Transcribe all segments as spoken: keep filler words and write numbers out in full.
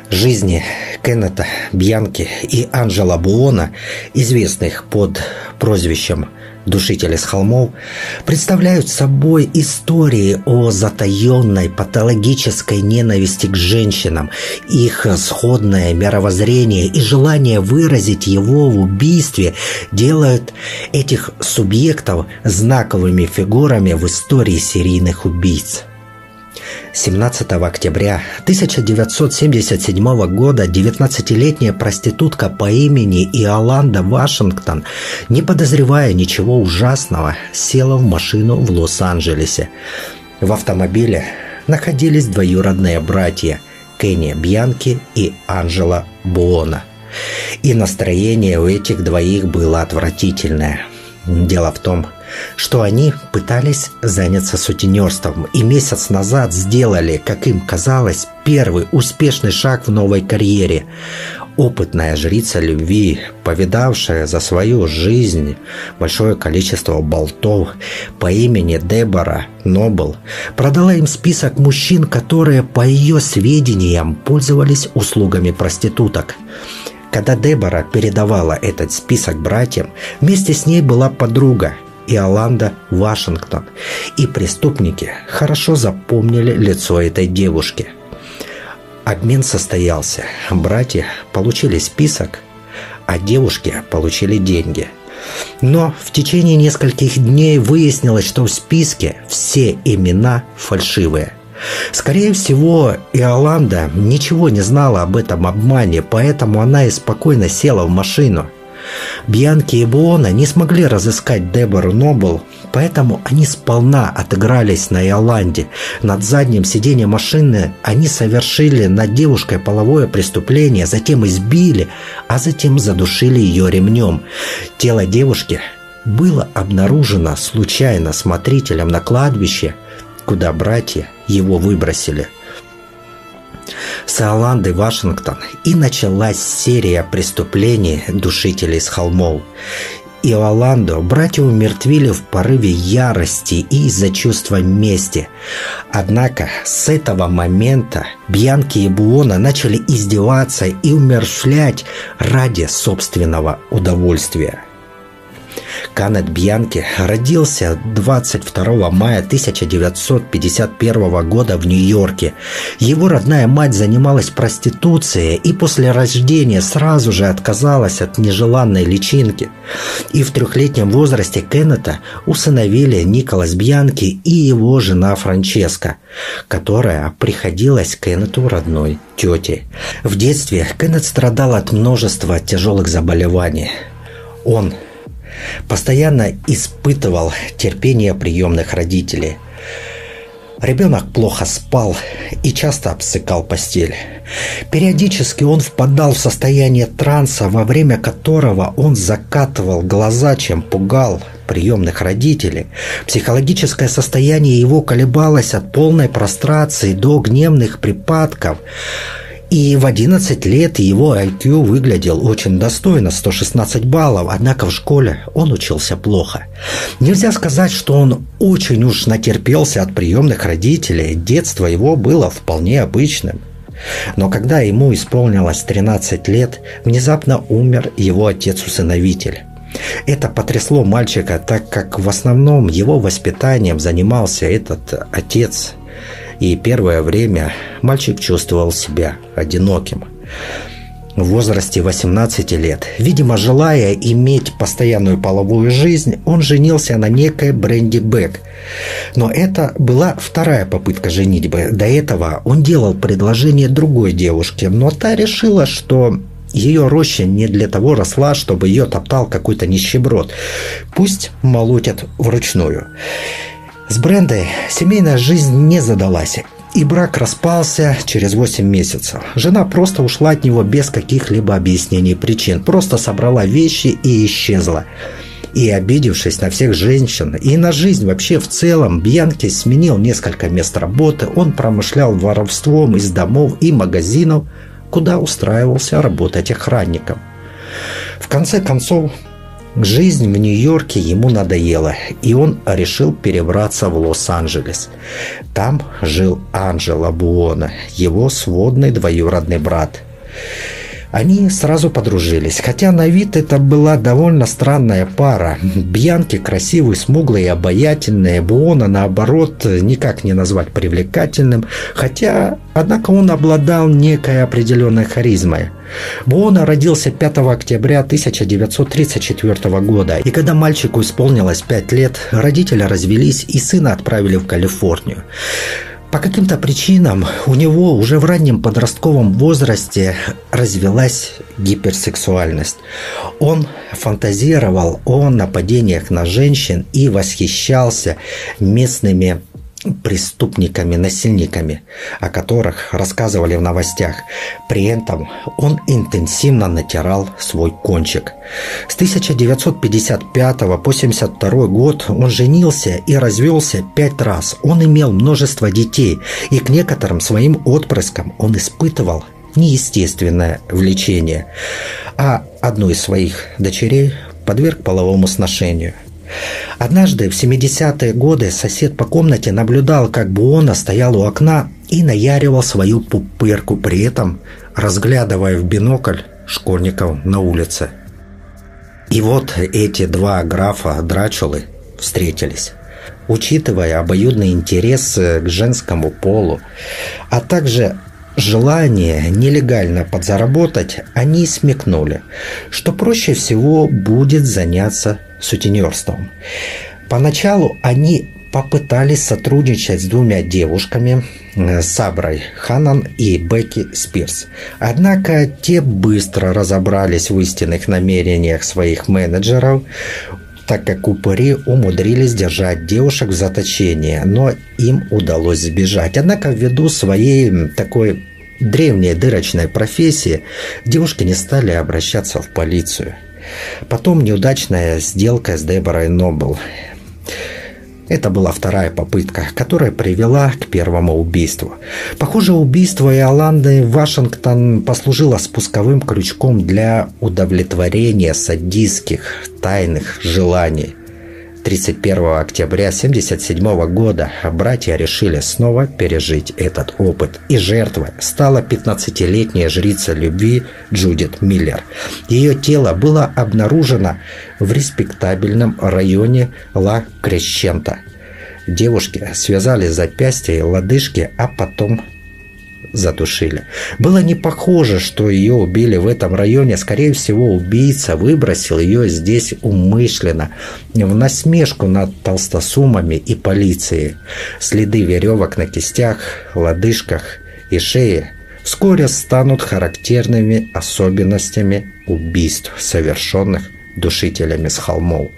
Жизни Кеннета Бьянки и Анджело Буоно, известных под прозвищем «Душители с холмов», представляют собой истории о затаенной патологической ненависти к женщинам, их сходное мировоззрение и желание выразить его в убийстве делают этих субъектов знаковыми фигурами в истории серийных убийц. семнадцатого октября тысяча девятьсот семьдесят седьмого года девятнадцатилетняя проститутка по имени Иоланда Вашингтон, не подозревая ничего ужасного, села в машину в Лос-Анджелесе. В автомобиле находились двоюродные братья Кенни Бьянки и Анджело Буоно. И настроение у этих двоих было отвратительное. Дело в том, что они пытались заняться сутенерством и месяц назад сделали, как им казалось, первый успешный шаг в новой карьере. Опытная жрица любви, повидавшая за свою жизнь большое количество болтов по имени Дебора Нобл, продала им список мужчин, которые, по ее сведениям, пользовались услугами проституток. Когда Дебора передавала этот список братьям, вместе с ней была подруга Иоланда Вашингтон, и преступники хорошо запомнили лицо этой девушки. Обмен состоялся. Братья получили список, а девушки получили деньги. Но в течение нескольких дней выяснилось, что в списке все имена фальшивые. Скорее всего, Иоланда ничего не знала об этом обмане, поэтому она и спокойно села в машину. Бьянки и Буоно не смогли разыскать Дебору Нобл, поэтому они сполна отыгрались на Иоланде. Над задним сиденьем машины они совершили над девушкой половое преступление, затем избили, а затем задушили ее ремнем. Тело девушки было обнаружено случайно смотрителем на кладбище, куда братья его выбросили. С Иоландой Вашингтон и началась серия преступлений душителей с холмов. Иоланду братья умертвили в порыве ярости и из-за чувства мести. Однако с этого момента Бьянки и Буоно начали издеваться и умерщвлять ради собственного удовольствия. Кеннет Бьянки родился двадцать второго мая тысяча девятьсот пятьдесят первого года в Нью-Йорке. Его родная мать занималась проституцией и после рождения сразу же отказалась от нежеланной личинки. И в трехлетнем возрасте Кеннета усыновили Николас Бьянки и его жена Франческа, которая приходилась Кеннету родной тетей. В детстве Кеннет страдал от множества тяжелых заболеваний. Он постоянно испытывал терпение приемных родителей. Ребенок плохо спал и часто обсыкал постель. Периодически он впадал в состояние транса, во время которого он закатывал глаза, чем пугал приемных родителей. Психологическое состояние его колебалось от полной прострации до гневных припадков. И в одиннадцать лет его ай кью выглядел очень достойно, сто шестнадцать баллов, однако в школе он учился плохо. Нельзя сказать, что он очень уж натерпелся от приемных родителей, детство его было вполне обычным. Но когда ему исполнилось тринадцать лет, внезапно умер его отец-усыновитель. Это потрясло мальчика, так как в основном его воспитанием занимался этот отец. И первое время мальчик чувствовал себя одиноким. В возрасте восемнадцати лет, видимо, желая иметь постоянную половую жизнь, он женился на некой Бренди Бек. Но это была вторая попытка женитьбы. До этого он делал предложение другой девушке, но та решила, что ее роща не для того росла, чтобы ее топтал какой-то нищеброд. Пусть молотят вручную. С Брендой семейная жизнь не задалась, и брак распался через восемь месяцев. Жена просто ушла от него без каких-либо объяснений причин, просто собрала вещи и исчезла. И, обидевшись на всех женщин и на жизнь вообще в целом, Бьянки сменил несколько мест работы. Он промышлял воровством из домов и магазинов, куда устраивался работать охранником. В конце концов, Жизнь в Нью-Йорке ему надоела, и он решил перебраться в Лос-Анджелес. Там жил Анджело Буоно, его сводный двоюродный брат. Они сразу подружились, хотя на вид это была довольно странная пара. Бьянки красивый, смуглый и обаятельный, Буоно, наоборот, никак не назвать привлекательным, хотя, однако, он обладал некой определенной харизмой. Буоно родился пятого октября тысяча девятьсот тридцать четвёртого года, и когда мальчику исполнилось пять лет, родители развелись и сына отправили в Калифорнию. По каким-то причинам у него уже в раннем подростковом возрасте развилась гиперсексуальность. Он фантазировал о нападениях на женщин и восхищался местными преступниками, насильниками, о которых рассказывали в новостях. При этом он интенсивно натирал свой кончик. С тысяча девятьсот пятьдесят пятого по семьдесят второй год он женился и развелся пять раз. Он имел множество детей, и к некоторым своим отпрыскам он испытывал неестественное влечение, а одну из своих дочерей подверг половому сношению. Однажды в семидесятые годы сосед по комнате наблюдал, как Буоно стоял у окна и наяривал свою пупырку, при этом разглядывая в бинокль школьников на улице. И вот эти два графа Драчулы встретились. Учитывая обоюдный интерес к женскому полу, а также желание нелегально подзаработать, они смекнули, что проще всего будет заняться сутенерством. Поначалу они попытались сотрудничать с двумя девушками, Саброй Ханнан и Бекки Спирс. Однако те быстро разобрались в истинных намерениях своих менеджеров, так как упыри умудрились держать девушек в заточении, но им удалось сбежать. Однако ввиду своей такой древней дырочной профессии девушки не стали обращаться в полицию. Потом неудачная сделка с Деборой Нобл. Это была вторая попытка, которая привела к первому убийству. Похоже, убийство Иоланды Вашингтон послужило спусковым крючком для удовлетворения садистских тайных желаний. тридцать первого октября тысяча девятьсот семьдесят седьмого года братья решили снова пережить этот опыт, и жертвой стала пятнадцатилетняя жрица любви Джудит Миллер. Ее тело было обнаружено в респектабельном районе Ла Крещента. Девушки связали запястья и лодыжки, а потом задушили. Было не похоже, что ее убили в этом районе. Скорее всего, убийца выбросил ее здесь умышленно, в насмешку над толстосумами и полицией. Следы веревок на кистях, лодыжках и шее вскоре станут характерными особенностями убийств, совершенных душителями с холмов.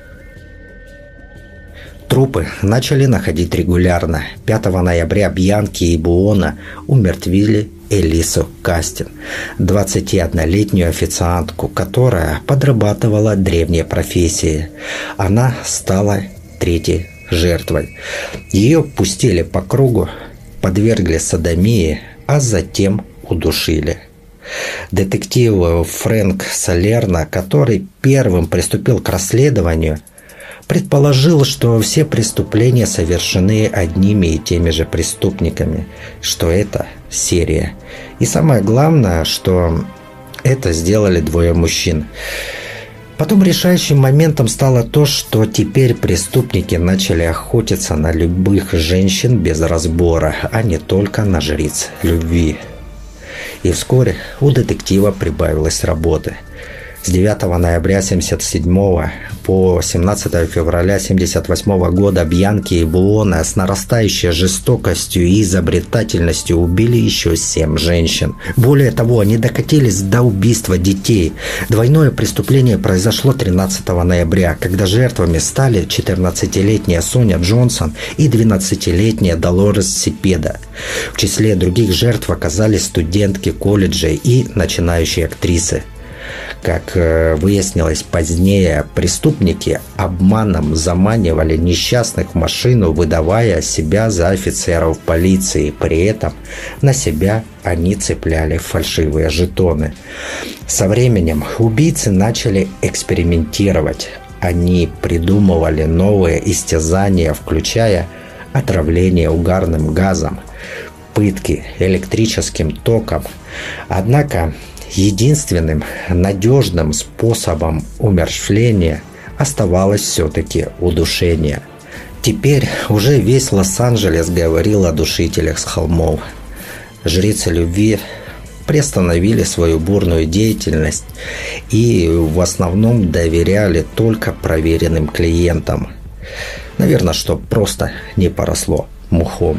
Трупы начали находить регулярно. пятого ноября Бьянки и Буоно умертвили Элису Кастин, двадцатиоднолетнюю официантку, которая подрабатывала древней профессией. Она стала третьей жертвой. Ее пустили по кругу, подвергли содомии, а затем удушили. Детектив Фрэнк Салерно, который первым приступил к расследованию, предположил, что все преступления совершены одними и теми же преступниками, что это серия. И самое главное, что это сделали двое мужчин. Потом решающим моментом стало то, что теперь преступники начали охотиться на любых женщин без разбора, а не только на жриц любви. И вскоре у детектива прибавилось работы. С девятого ноября тысяча девятьсот семьдесят седьмого по семнадцатого февраля тысяча девятьсот семьдесят восьмого года Бьянки и Буоно с нарастающей жестокостью и изобретательностью убили еще семь женщин. Более того, они докатились до убийства детей. Двойное преступление произошло тринадцатого ноября, когда жертвами стали четырнадцатилетняя Соня Джонсон и двенадцатилетняя Долорес Сепеда. В числе других жертв оказались студентки колледжей и начинающие актрисы. Как выяснилось позднее, преступники обманом заманивали несчастных в машину, выдавая себя за офицеров полиции. При этом на себя они цепляли фальшивые жетоны. Со временем убийцы начали экспериментировать. Они придумывали новые истязания, включая отравление угарным газом, пытки электрическим током. Однако единственным надежным способом умерщвления оставалось все-таки удушение. Теперь уже весь Лос-Анджелес говорил о душителях с холмов. Жрицы любви приостановили свою бурную деятельность и в основном доверяли только проверенным клиентам. Наверное, что просто не поросло мухом.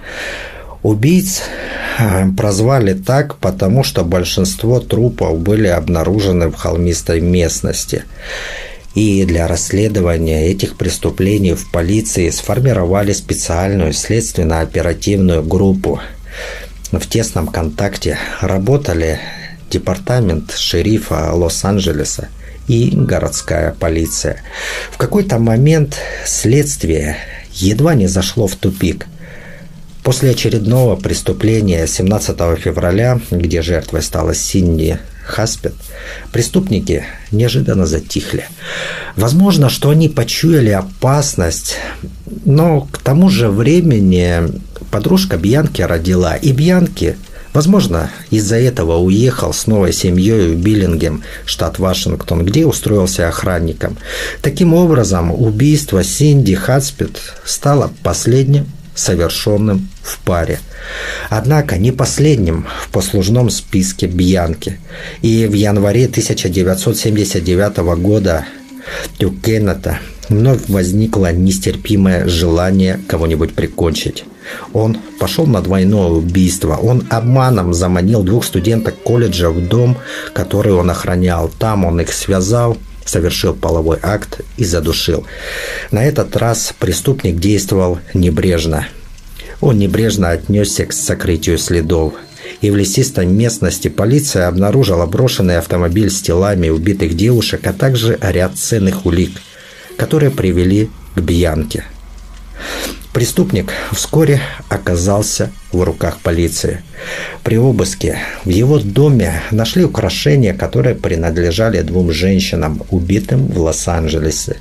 Убийц прозвали так, потому что большинство трупов были обнаружены в холмистой местности. И для расследования этих преступлений в полиции сформировали специальную следственно-оперативную группу. В тесном контакте работали департамент шерифа Лос-Анджелеса и городская полиция. В какой-то момент следствие едва не зашло в тупик. После очередного преступления семнадцатого февраля, где жертвой стала Синди Хаспет, преступники неожиданно затихли. Возможно, что они почуяли опасность, но к тому же времени подружка Бьянки родила, и Бьянки, возможно, из-за этого уехал с новой семьей в Биллингем, штат Вашингтон, где устроился охранником. Таким образом, убийство Синди Хаспет стало последним совершенным в паре. Однако не последним в послужном списке Бьянки. И в январе тысяча девятьсот семьдесят девятого года у Кеннета вновь возникло нестерпимое желание кого-нибудь прикончить. Он пошел на двойное убийство. Он обманом заманил двух студенток колледжа в дом, который он охранял. Там он их связал, совершил половой акт и задушил. На этот раз преступник действовал небрежно. Он небрежно отнесся к сокрытию следов. И в лесистой местности полиция обнаружила брошенный автомобиль с телами убитых девушек, а также ряд ценных улик, которые привели к Бьянке. Преступник вскоре оказался в руках полиции. При обыске в его доме нашли украшения, которые принадлежали двум женщинам, убитым в Лос-Анджелесе: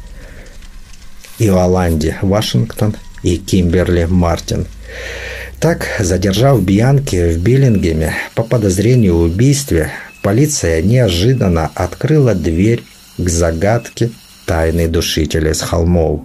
Иоланде Вашингтон и Кимберли Мартин. Так, задержав Бьянки в Биллингеме по подозрению в убийстве, полиция неожиданно открыла дверь к загадке тайны душителей с холмов.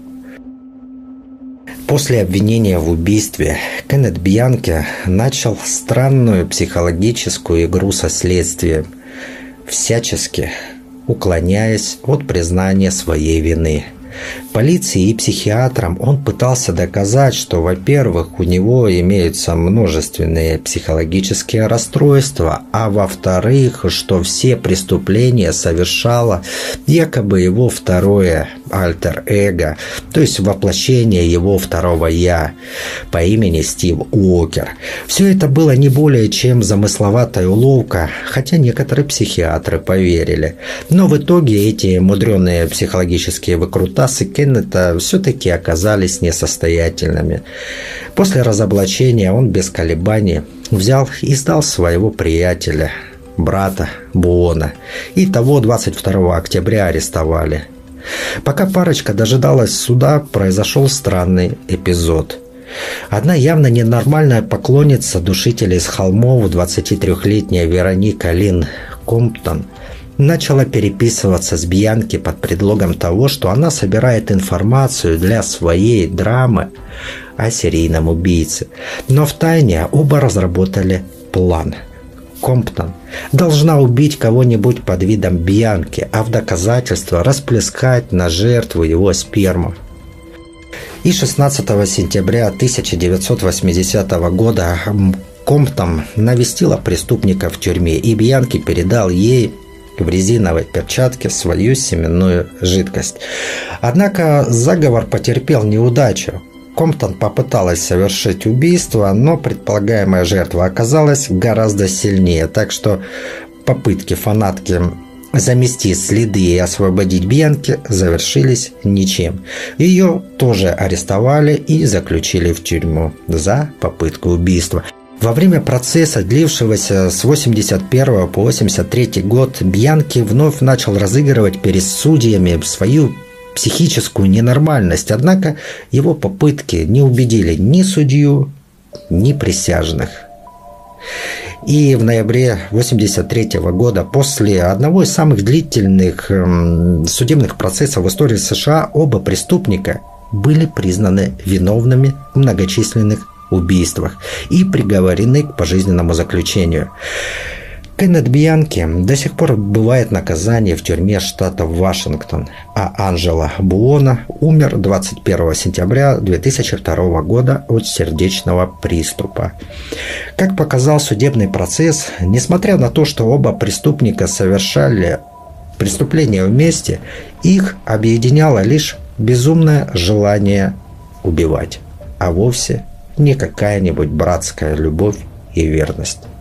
После обвинения в убийстве Кеннет Бьянки начал странную психологическую игру со следствием, всячески уклоняясь от признания своей вины. Полиции и психиатрам он пытался доказать, что, во-первых, у него имеются множественные психологические расстройства, а во-вторых, что все преступления совершало якобы его второе альтер-эго, то есть воплощение его второго «я» по имени Стив Уокер. Все это было не более чем замысловатая уловка, хотя некоторые психиатры поверили. Но в итоге эти мудреные психологические выкрутасы Кеннета все-таки оказались несостоятельными. После разоблачения он без колебаний взял и сдал своего приятеля, брата Буона, и того двадцать второго октября арестовали. Пока парочка дожидалась суда, произошел странный эпизод. Одна явно ненормальная поклонница душителей с холмов, двадцатитрёхлетняя Вероника Лин Комптон, начала переписываться с Бьянки под предлогом того, что она собирает информацию для своей драмы о серийном убийце. Но втайне оба разработали план. Комптон должна убить кого-нибудь под видом Бьянки, а в доказательство расплескать на жертву его сперму. И шестнадцатого сентября тысяча девятьсот восьмидесятого года Комптон навестила преступника в тюрьме, и Бьянки передал ей в резиновой перчатке свою семенную жидкость. Однако заговор потерпел неудачу. Комптон попыталась совершить убийство, но предполагаемая жертва оказалась гораздо сильнее, так что попытки фанатки замести следы и освободить Бьянки завершились ничем. Ее тоже арестовали и заключили в тюрьму за попытку убийства. Во время процесса, длившегося с восемьдесят первого по восемьдесят третий год, Бьянки вновь начал разыгрывать перед судьями свою психическую ненормальность, однако его попытки не убедили ни судью, ни присяжных. И в ноябре восемьдесят третьего года, после одного из самых длительных эм, судебных процессов в истории США, оба преступника были признаны виновными в многочисленных убийствах и приговорены к пожизненному заключению. Кеннет Бьянки до сих пор отбывает наказание в тюрьме штата Вашингтон, а Анджело Буоно умер двадцать первого сентября две тысячи второго года от сердечного приступа. Как показал судебный процесс, несмотря на то, что оба преступника совершали преступления вместе, их объединяло лишь безумное желание убивать, а вовсе не какая-нибудь братская любовь и верность.